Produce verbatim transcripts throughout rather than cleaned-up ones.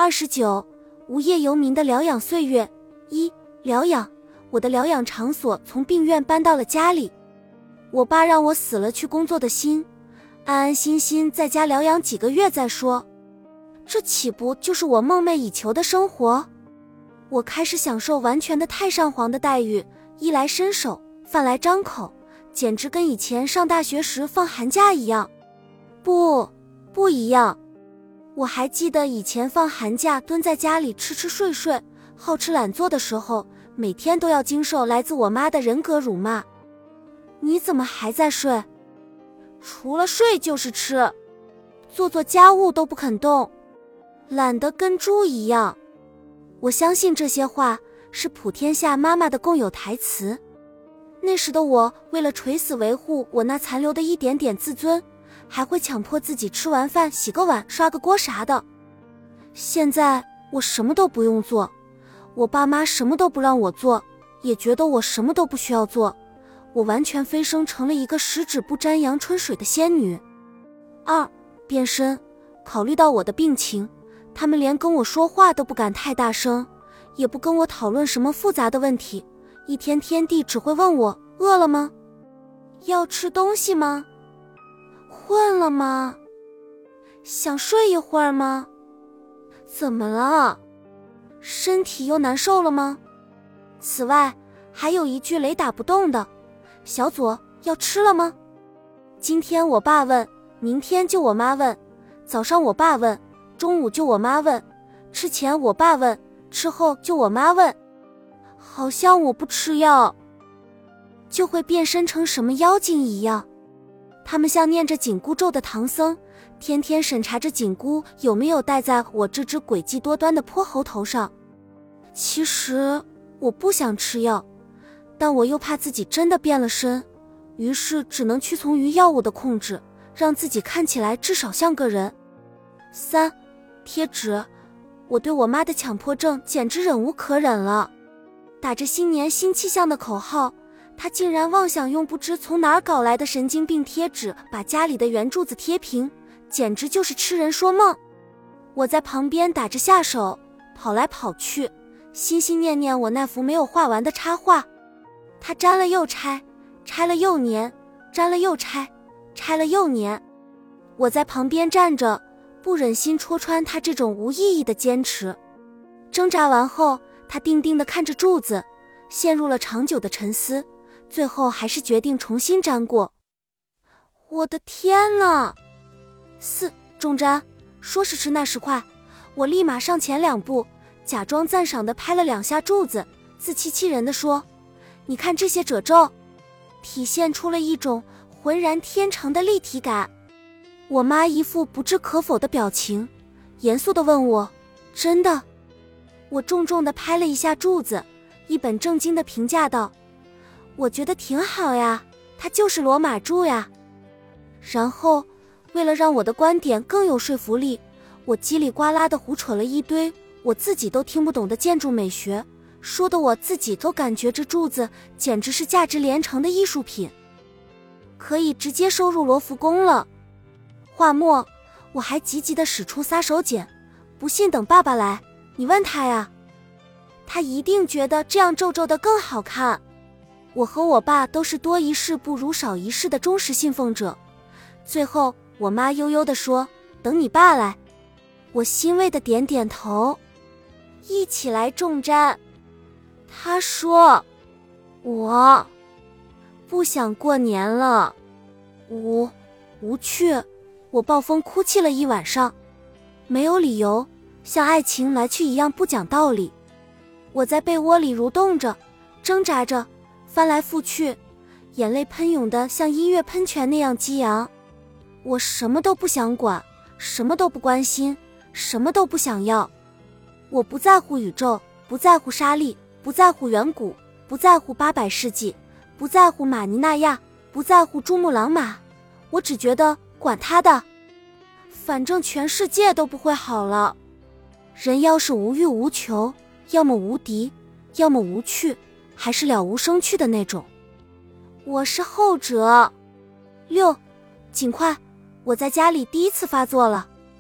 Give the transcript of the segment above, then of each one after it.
二十九，无业游民的疗养岁月。一、疗养。我的疗养场所从病院搬到了家里。我爸让我死了去工作的心，安安心心在家疗养几个月再说。这岂不就是我梦寐以求的生活？我开始享受完全的太上皇的待遇，衣来伸手，饭来张口，简直跟以前上大学时放寒假一样。不，不一样。我还记得以前放寒假蹲在家里吃吃睡睡，好吃懒做的时候，每天都要经受来自我妈的人格辱骂。你怎么还在睡？除了睡就是吃，做做家务都不肯动，懒得跟猪一样。我相信这些话是普天下妈妈的共有台词。那时的我为了垂死维护我那残留的一点点自尊，还会强迫自己吃完饭洗个碗刷个锅啥的。现在我什么都不用做，我爸妈什么都不让我做，也觉得我什么都不需要做，我完全飞升成了一个十指不沾阳春水的仙女。二、变身。考虑到我的病情，他们连跟我说话都不敢太大声，也不跟我讨论什么复杂的问题，一天天地只会问我饿了吗？要吃东西吗？困了吗？想睡一会儿吗？怎么了？身体又难受了吗？此外，还有一句雷打不动的，小左，要吃了吗？今天我爸问，明天就我妈问，早上我爸问，中午就我妈问，吃前我爸问，吃后就我妈问。好像我不吃药就会变身成什么妖精一样。他们像念着紧箍咒的唐僧，天天审查着紧箍有没有戴在我这只诡计多端的泼猴头上。其实我不想吃药，但我又怕自己真的变了身，于是只能屈从于药物的控制，让自己看起来至少像个人。三、贴纸。我对我妈的强迫症简直忍无可忍了。打着新年新气象的口号，她竟然妄想用不知从哪儿搞来的神经病贴纸把家里的圆柱子贴平，简直就是痴人说梦。我在旁边打着下手，跑来跑去，心心念念我那幅没有画完的插画。她粘了又拆，拆了又粘，粘了又拆，拆了又粘。我在旁边站着，不忍心戳穿她这种无意义的坚持。挣扎完后，她定定地看着柱子，陷入了长久的沉思，最后还是决定重新粘过。我的天哪！四、重粘。说时迟那时快，我立马上前两步，假装赞赏地拍了两下柱子，自欺欺人地说，你看这些褶皱，体现出了一种浑然天成的立体感。我妈一副不置可否的表情，严肃地问我，真的？我重重地拍了一下柱子，一本正经地评价道，我觉得挺好呀，它就是罗马柱呀。然后为了让我的观点更有说服力，我叽里呱啦地胡扯了一堆我自己都听不懂的建筑美学，说得我自己都感觉这柱子简直是价值连城的艺术品，可以直接收入罗浮宫了。话末，我还急急地使出撒手锏，不信等爸爸来，你问他呀，他一定觉得这样皱皱的更好看。我和我爸都是多一事不如少一事的忠实信奉者。最后我妈悠悠地说，等你爸来。我欣慰地点点头，一起来重粘。他说，我不想过年了。无无趣。我暴风哭泣了一晚上，没有理由，像爱情来去一样不讲道理。我在被窝里蠕动着，挣扎着，翻来覆去，眼泪喷涌的像音乐喷泉那样激昂。我什么都不想管，什么都不关心，什么都不想要。我不在乎宇宙，不在乎沙粒，不在乎远古，不在乎八百世纪，不在乎马尼纳亚，不在乎珠穆朗玛。我只觉得管他的，反正全世界都不会好了。人要是无欲无求，要么无敌，要么无趣，还是了无生趣的那种。我是后者。六，尽快，我在家里第一次发作了。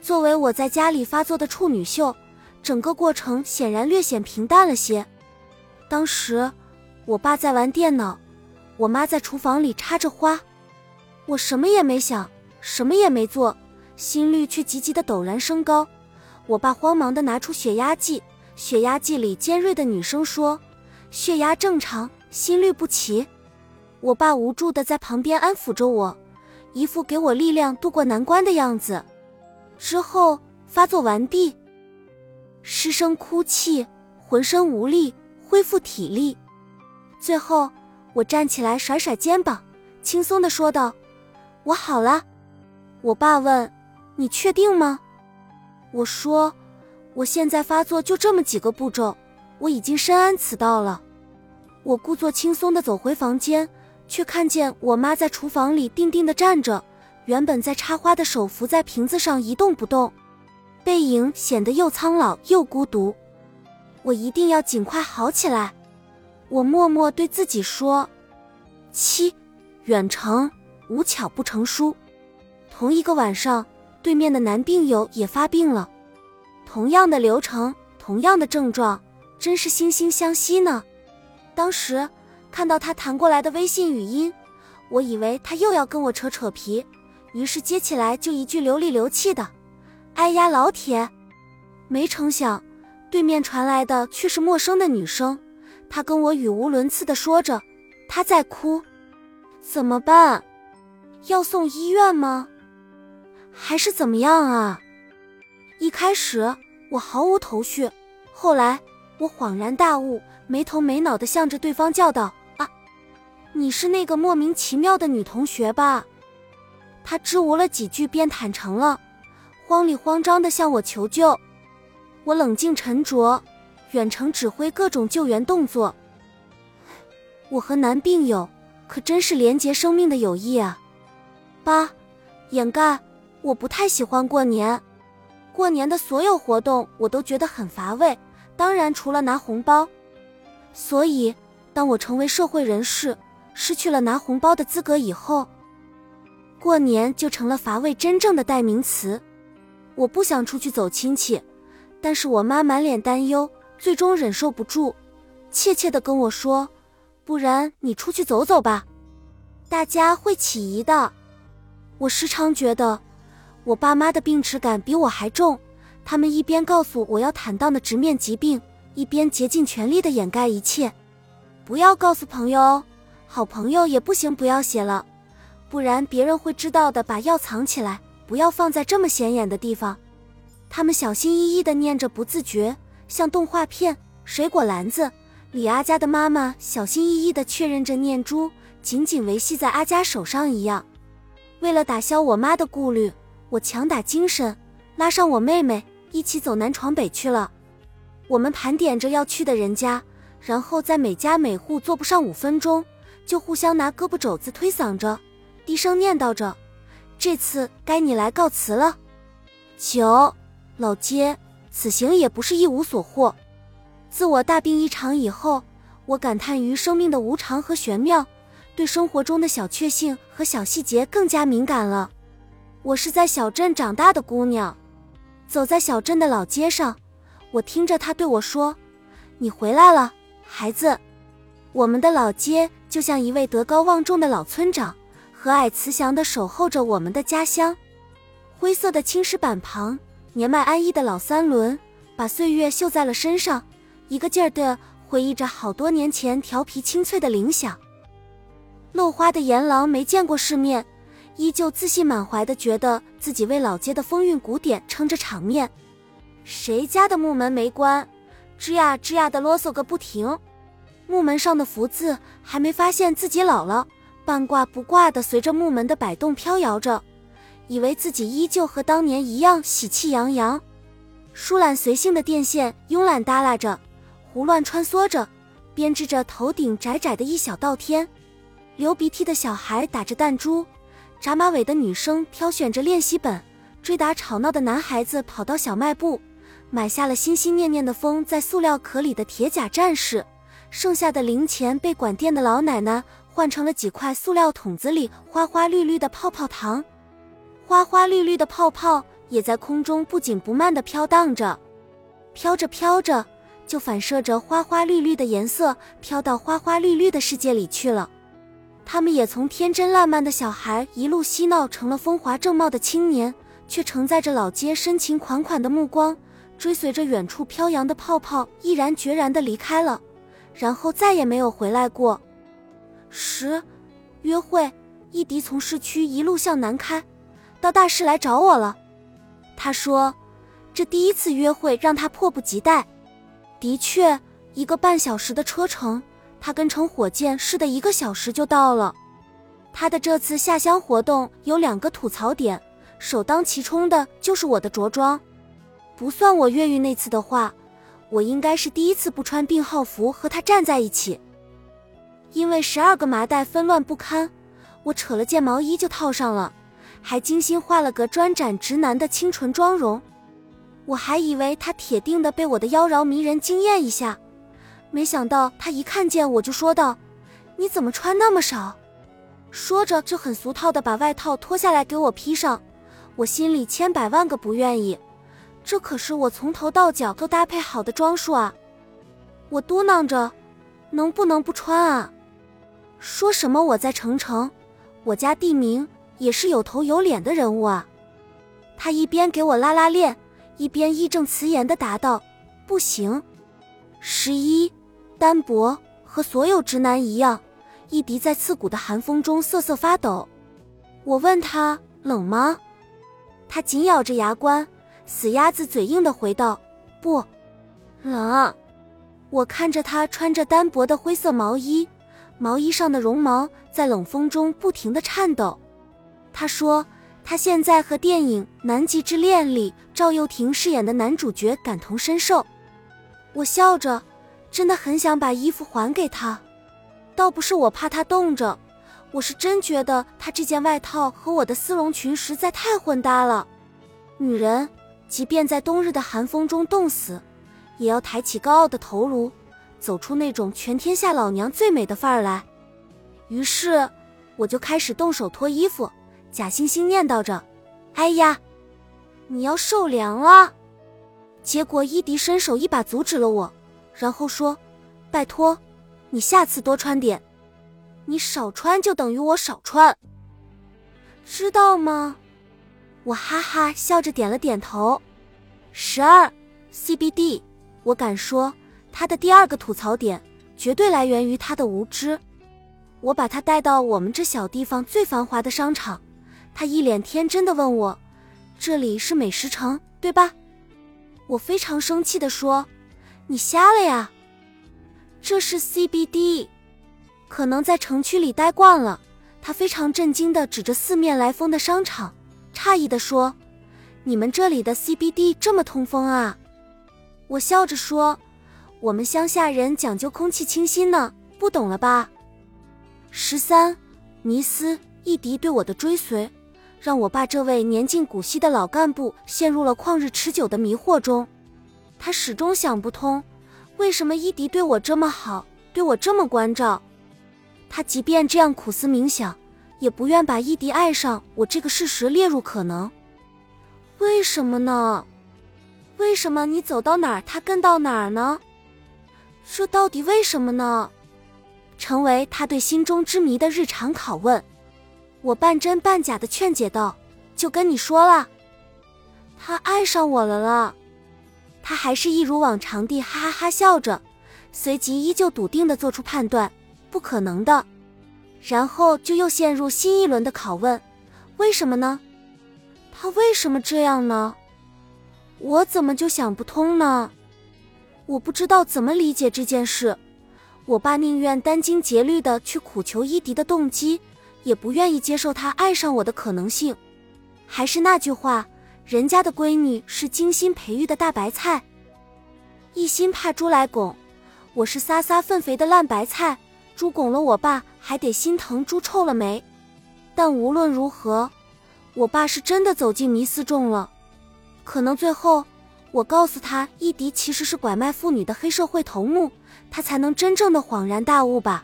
作为我在家里发作的处女秀，整个过程显然略显平淡了些。当时我爸在玩电脑，我妈在厨房里插着花，我什么也没想，什么也没做，心率却急急地陡然升高。我爸慌忙地拿出血压计，血压计里尖锐的女声说：血压正常，心律不齐。我爸无助地在旁边安抚着我，一副给我力量度过难关的样子。之后发作完毕，失声哭泣，浑身无力，恢复体力。最后我站起来甩甩肩膀，轻松地说道：我好了。我爸问：你确定吗？我说：我现在发作就这么几个步骤，我已经深谙此道了。我故作轻松地走回房间，却看见我妈在厨房里定定地站着，原本在插花的手扶在瓶子上一动不动，背影显得又苍老又孤独。我一定要尽快好起来，我默默对自己说。七，远程无巧不成书。同一个晚上，对面的男病友也发病了，同样的流程，同样的症状，真是惺惺相惜呢。当时看到他弹过来的微信语音，我以为他又要跟我扯扯皮，于是接起来就一句流里流气的：哎呀老铁。没成想对面传来的却是陌生的女声，她跟我语无伦次地说着：她在哭，怎么办？要送医院吗？还是怎么样啊？一开始我毫无头绪，后来我恍然大悟，没头没脑地向着对方叫道：啊，你是那个莫名其妙的女同学吧？她支吾了几句便坦诚了，慌里慌张地向我求救。我冷静沉着，远程指挥各种救援动作。我和男病友可真是连结生命的友谊啊。八，掩盖，我不太喜欢过年。过年的所有活动我都觉得很乏味，当然除了拿红包。所以当我成为社会人士，失去了拿红包的资格以后，过年就成了乏味真正的代名词。我不想出去走亲戚，但是我妈满脸担忧，最终忍受不住，怯怯地跟我说：不然你出去走走吧，大家会起疑的。我时常觉得我爸妈的病耻感比我还重，他们一边告诉我要坦荡地直面疾病，一边竭尽全力地掩盖一切。不要告诉朋友哦，好朋友也不行，不要写了，不然别人会知道的，把药藏起来，不要放在这么显眼的地方。他们小心翼翼地念着，不自觉，像动画片水果篮子李阿佳的妈妈小心翼翼地确认着念珠紧紧维系在阿佳手上一样。为了打消我妈的顾虑，我强打精神，拉上我妹妹一起走南闯北去了。我们盘点着要去的人家，然后在每家每户坐不上五分钟，就互相拿胳膊肘子推搡着，低声念叨着：这次该你来告辞了。九，老街，此行也不是一无所获。自我大病一场以后，我感叹于生命的无常和玄妙，对生活中的小确幸和小细节更加敏感了。我是在小镇长大的姑娘，走在小镇的老街上，我听着她对我说：你回来了，孩子。我们的老街就像一位德高望重的老村长，和蔼慈祥地守候着我们的家乡。灰色的青石板旁，年迈安逸的老三轮把岁月绣在了身上，一个劲儿地回忆着好多年前调皮清脆的铃响。漏花的阎郎没见过世面，依旧自信满怀地觉得自己为老街的风韵古典撑着场面。谁家的木门没关，吱呀吱呀地啰嗦个不停。木门上的福字还没发现自己老了，半挂不挂地随着木门的摆动飘摇着，以为自己依旧和当年一样喜气洋洋。疏懒随性的电线慵懒耷拉着，胡乱穿梭着，编织着头顶窄窄的一小道天。流鼻涕的小孩打着弹珠，扎马尾的女生挑选着练习本，追打吵闹的男孩子跑到小卖部，买下了心心念念的封在塑料壳里的铁甲战士，剩下的零钱被管店的老奶奶换成了几块塑料桶子里花花绿绿的泡泡糖。花花绿绿的泡泡也在空中不紧不慢地飘荡着，飘着飘着，就反射着花花绿绿的颜色，飘到花花绿绿的世界里去了。他们也从天真烂漫的小孩一路嬉闹成了风华正茂的青年，却承载着老街深情款款的目光，追随着远处飘扬的泡泡，毅然决然地离开了，然后再也没有回来过。十约会，伊迪从市区一路向南开，到大市来找我了。他说，这第一次约会让他迫不及待。的确，一个半小时的车程，他跟乘火箭似的一个小时就到了。他的这次下乡活动有两个吐槽点，首当其冲的就是我的着装。不算我越狱那次的话，我应该是第一次不穿病号服和他站在一起。因为十二个麻袋纷乱不堪，我扯了件毛衣就套上了，还精心画了个专展直男的清纯妆容。我还以为他铁定的被我的妖娆迷人惊艳一下，没想到他一看见我就说道，你怎么穿那么少？说着就很俗套的把外套脱下来给我披上，我心里千百万个不愿意，这可是我从头到脚都搭配好的装束啊。我嘟囔着，能不能不穿啊？说什么我在城城，我家地名也是有头有脸的人物啊。他一边给我拉拉链，一边义正辞严地答道，不行。十一，单薄，和所有直男一样，伊迪在刺骨的寒风中瑟瑟发抖。我问他冷吗？他紧咬着牙关，死鸭子嘴硬地回道，不冷。我看着他穿着单薄的灰色毛衣，毛衣上的绒毛在冷风中不停地颤抖。他说他现在和电影《南极之恋》里赵又廷饰演的男主角感同身受。我笑着，真的很想把衣服还给他，倒不是我怕他冻着，我是真觉得他这件外套和我的丝绒裙实在太混搭了。女人即便在冬日的寒风中冻死，也要抬起高傲的头颅，走出那种全天下老娘最美的范儿来。于是我就开始动手脱衣服，假惺惺念叨着，哎呀，你要受凉了。结果伊迪伸手一把阻止了我，然后说，拜托，你下次多穿点，你少穿就等于我少穿，知道吗？我哈哈笑着点了点头。十二 C B D， 我敢说他的第二个吐槽点绝对来源于他的无知。我把他带到我们这小地方最繁华的商场，他一脸天真地问我，这里是美食城对吧？我非常生气地说，你瞎了呀，这是 C B D。 可能在城区里待惯了，他非常震惊地指着四面来风的商场，诧异地说，你们这里的 C B D 这么通风啊？我笑着说，我们乡下人讲究空气清新呢，不懂了吧？十三，迷思，伊迪对我的追随让我爸这位年近古稀的老干部陷入了旷日持久的迷惑中。他始终想不通，为什么伊迪对我这么好，对我这么关照。他即便这样苦思冥想，也不愿把伊迪爱上我这个事实列入可能。为什么呢？为什么你走到哪儿他跟到哪儿呢？这到底为什么呢？成为他对心中之谜的日常拷问。我半真半假的劝解道，就跟你说了，他爱上我了啦。他还是一如往常地哈哈哈笑着，随即依旧笃定地做出判断，不可能的。然后就又陷入新一轮的拷问，为什么呢？他为什么这样呢？我怎么就想不通呢？我不知道怎么理解这件事。我爸宁愿殚精竭虑地去苦求伊迪的动机，也不愿意接受他爱上我的可能性。还是那句话，人家的闺女是精心培育的大白菜，一心怕猪来拱，我是撒撒粪肥的烂白菜，猪拱了我爸还得心疼猪臭了没。但无论如何，我爸是真的走进迷思中了。可能最后我告诉他伊迪其实是拐卖妇女的黑社会头目，他才能真正的恍然大悟吧。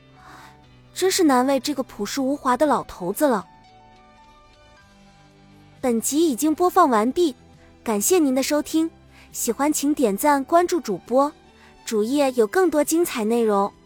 真是难为这个朴实无华的老头子了。 本集已经播放完毕，感谢您的收听，喜欢请点赞关注主播，主页有更多精彩内容。